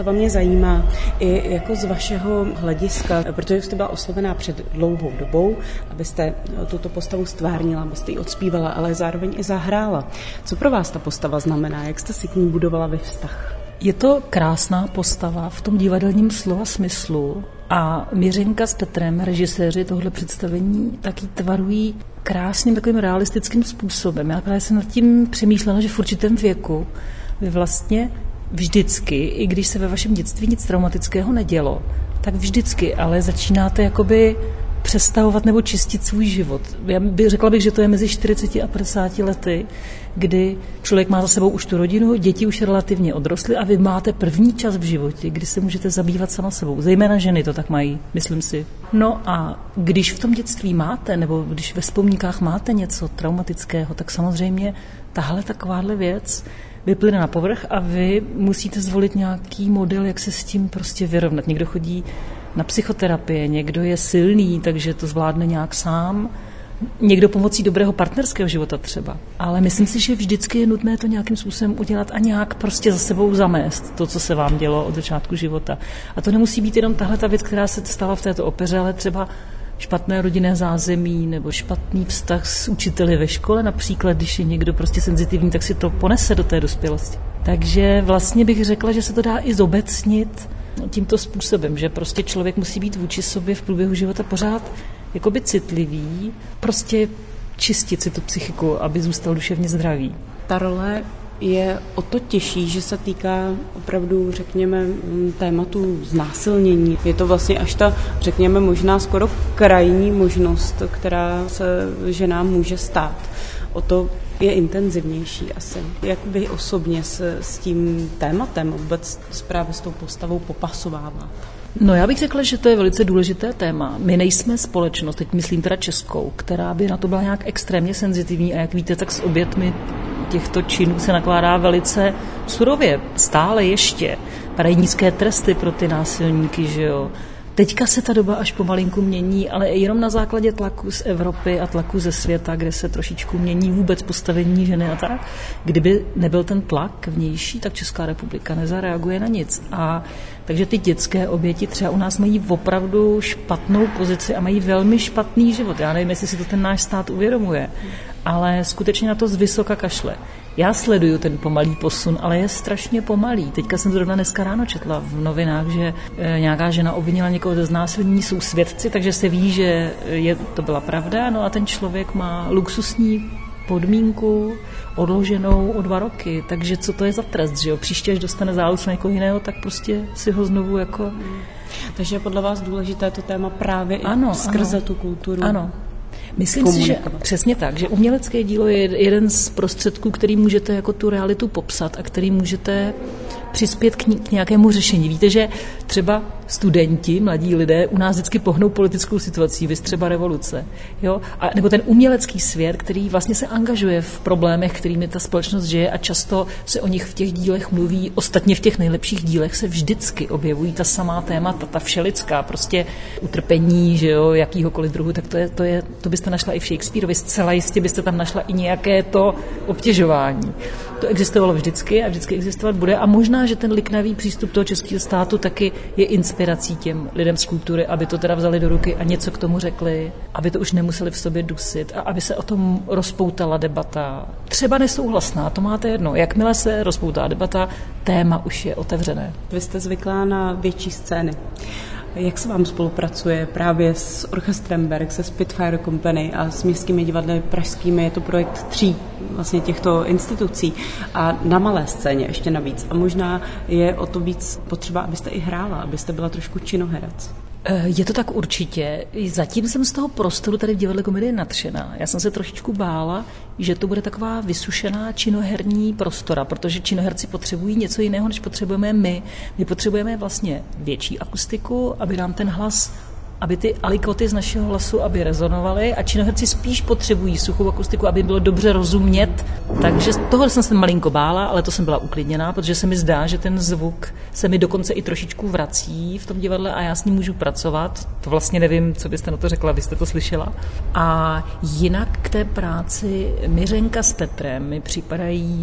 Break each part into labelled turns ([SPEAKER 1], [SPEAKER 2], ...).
[SPEAKER 1] postava mě zajímá i jako z vašeho hlediska, protože jste byla oslovená před dlouhou dobou, abyste tuto postavu stvárnila, abyste ji odspívala, ale zároveň i zahrála. Co pro vás ta postava znamená? Jak jste si k ní budovala vy vztah?
[SPEAKER 2] Je to krásná postava v tom divadelním slova smyslu a Mířenka s Petrem, režiséři tohle představení, taky tvarují krásným takovým realistickým způsobem. Já právě jsem nad tím přemýšlela, že v určitém věku vy vlastně vždycky, i když se ve vašem dětství nic traumatického nedělo, tak vždycky ale začínáte jakoby přestavovat nebo čistit svůj život. Řekla bych, že to je mezi 40 a 50 lety, kdy člověk má za sebou už tu rodinu, děti už relativně odrostly a vy máte první čas v životě, kdy se můžete zabývat sama sebou. Zejména ženy to tak mají, myslím si. No a když v tom dětství máte, nebo když ve vzpomínkách máte něco traumatického, tak samozřejmě tahle takováhle věc vyplyne na povrch a vy musíte zvolit nějaký model, jak se s tím prostě vyrovnat. Někdo chodí na psychoterapie, někdo je silný, takže to zvládne nějak sám, někdo pomocí dobrého partnerského života třeba. Ale myslím si, že vždycky je nutné to nějakým způsobem udělat a nějak prostě za sebou zamést to, co se vám dělo od začátku života. A to nemusí být jenom tahle ta věc, která se stala v této opeře, ale třeba špatné rodinné zázemí nebo špatný vztah s učiteli ve škole, například, když je někdo prostě senzitivní, tak si to ponese do té dospělosti. Takže vlastně bych řekla, že se to dá i zobecnit tímto způsobem, že prostě člověk musí být vůči sobě v průběhu života pořád jakoby citlivý, prostě čistit si tu psychiku, aby zůstal duševně zdravý.
[SPEAKER 1] Ta role je o to těžší, že se týká opravdu, řekněme, tématu znásilnění. Je to vlastně až ta, řekněme, možná skoro krajní možnost, která se ženám může stát. O to je intenzivnější asi. Jak vy osobně se s tím tématem vůbec právě s tou postavou popasováváte?
[SPEAKER 2] No já bych řekla, že to je velice důležité téma. My nejsme společnost, teď myslím teda českou, která by na to byla nějak extrémně senzitivní a jak víte, tak s obětmi těchto činů se nakládá velice surově. Stále ještě padají nízké tresty pro ty násilníky, že jo. Teďka se ta doba až pomalinku mění, ale jenom na základě tlaku z Evropy a tlaku ze světa, kde se trošičku mění vůbec postavení ženy a tak. Kdyby nebyl ten tlak vnější, tak Česká republika nezareaguje na nic. A takže ty dětské oběti třeba u nás mají opravdu špatnou pozici a mají velmi špatný život. Já nevím, jestli si to ten náš stát uvědomuje, ale skutečně na to z vysoka kašle. Já sleduju ten pomalý posun, ale je strašně pomalý. Teďka jsem zrovna dneska ráno četla v novinách, že nějaká žena obvinila někoho ze znásilnění, jsou svědci, takže se ví, že to byla pravda. No a ten člověk má luxusní podmínku odloženou o 2 roky. Takže co to je za trest, že jo? Příště, až dostane zálusk na někoho jiného, tak prostě si ho znovu jako...
[SPEAKER 1] Takže je podle vás důležité to téma právě skrze tu kulturu.
[SPEAKER 2] Ano. Myslím si, že přesně tak, že umělecké dílo je jeden z prostředků, který můžete jako tu realitu popsat a který můžete přispět k nějakému řešení. Víte, že třeba studenti, mladí lidé u nás vždycky pohnou politickou situací, viz třeba revoluce. Jo? A nebo ten umělecký svět, který vlastně se angažuje v problémech, kterými ta společnost žije a často se o nich v těch dílech mluví. Ostatně v těch nejlepších dílech se vždycky objevují ta samá témata, ta všelidská, prostě utrpení, že jo, jakýhokoliv druhu, tak to byste našla i v Shakespeareovi. Zcela jistě byste tam našla i nějaké to obtěžování. To existovalo vždycky a vždycky existovat bude a možná, že ten liknavý přístup toho českého státu taky je inspirací těm lidem z kultury, aby to teda vzali do ruky a něco k tomu řekli, aby to už nemuseli v sobě dusit a aby se o tom rozpoutala debata. Třeba nesouhlasná, to máte jedno. Jakmile se rozpoutá debata, téma už je otevřené.
[SPEAKER 1] Vy jste zvyklá na větší scény. Jak se vám spolupracuje právě s orchestrem Berg, se Spitfire Company a s městskými divadly pražskými? Je to projekt 3 vlastně těchto institucí a na malé scéně ještě navíc. A možná je o to víc potřeba, abyste i hrála, abyste byla trošku činoherec.
[SPEAKER 2] Je to tak určitě. Zatím jsem z toho prostoru tady v divadle Komedie nadšená. Já jsem se trošičku bála, že to bude taková vysušená činoherní prostora, protože činoherci potřebují něco jiného, než potřebujeme my. My potřebujeme vlastně větší akustiku, aby nám ten hlas, aby ty alikoty z našeho hlasu, aby rezonovaly a činoherci spíš potřebují suchou akustiku, aby bylo dobře rozumět. Takže z toho jsem se malinko bála, ale to jsem byla uklidněná, protože se mi zdá, že ten zvuk se mi dokonce i trošičku vrací v tom divadle a já s ním můžu pracovat. To vlastně nevím, co byste na to řekla, vy jste to slyšela. A jinak k té práci Mířenka s Petrem mi připadají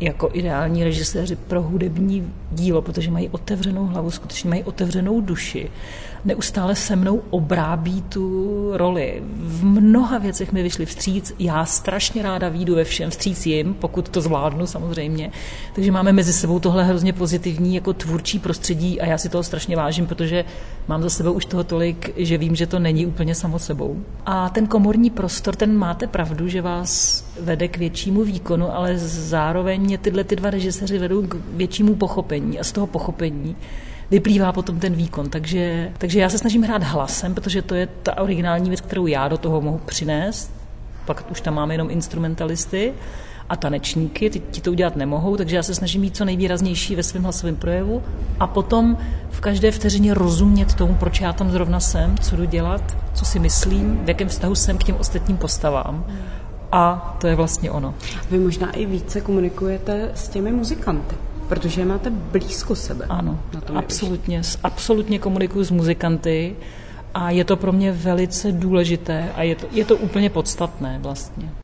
[SPEAKER 2] jako ideální režiséři pro hudební dílo, protože mají otevřenou hlavu, skutečně mají otevřenou duši. Neustále se mnou obrábí tu roli. V mnoha věcech mi vyšli vstříc. Já strašně ráda výjdu ve všem vstříc jim, pokud to zvládnu samozřejmě. Takže máme mezi sebou tohle hrozně pozitivní jako tvůrčí prostředí a já si toho strašně vážím, protože mám za sebou už toho tolik, že vím, že to není úplně samo sebou. A ten komorní prostor, ten máte pravdu, že vás vede k většímu výkonu, ale zároveň tyhle dva režiséři vedou k většímu pochopení a z toho pochopení vyplývá potom ten výkon. Takže já se snažím hrát hlasem, protože to je ta originální věc, kterou já do toho mohu přinést. Pak už tam máme jenom instrumentalisty a tanečníky, ti to udělat nemohou, takže já se snažím být co nejvýraznější ve svém hlasovém projevu a potom v každé vteřině rozumět tomu, proč já tam zrovna jsem, co jdu dělat, co si myslím, v jakém vztahu jsem k těm ostatním postavám. A to je vlastně ono.
[SPEAKER 1] Vy možná i více komunikujete s těmi muzikanty, protože je máte blízko sebe.
[SPEAKER 2] Ano, absolutně komunikuju s muzikanty a je to pro mě velice důležité a je to úplně podstatné vlastně.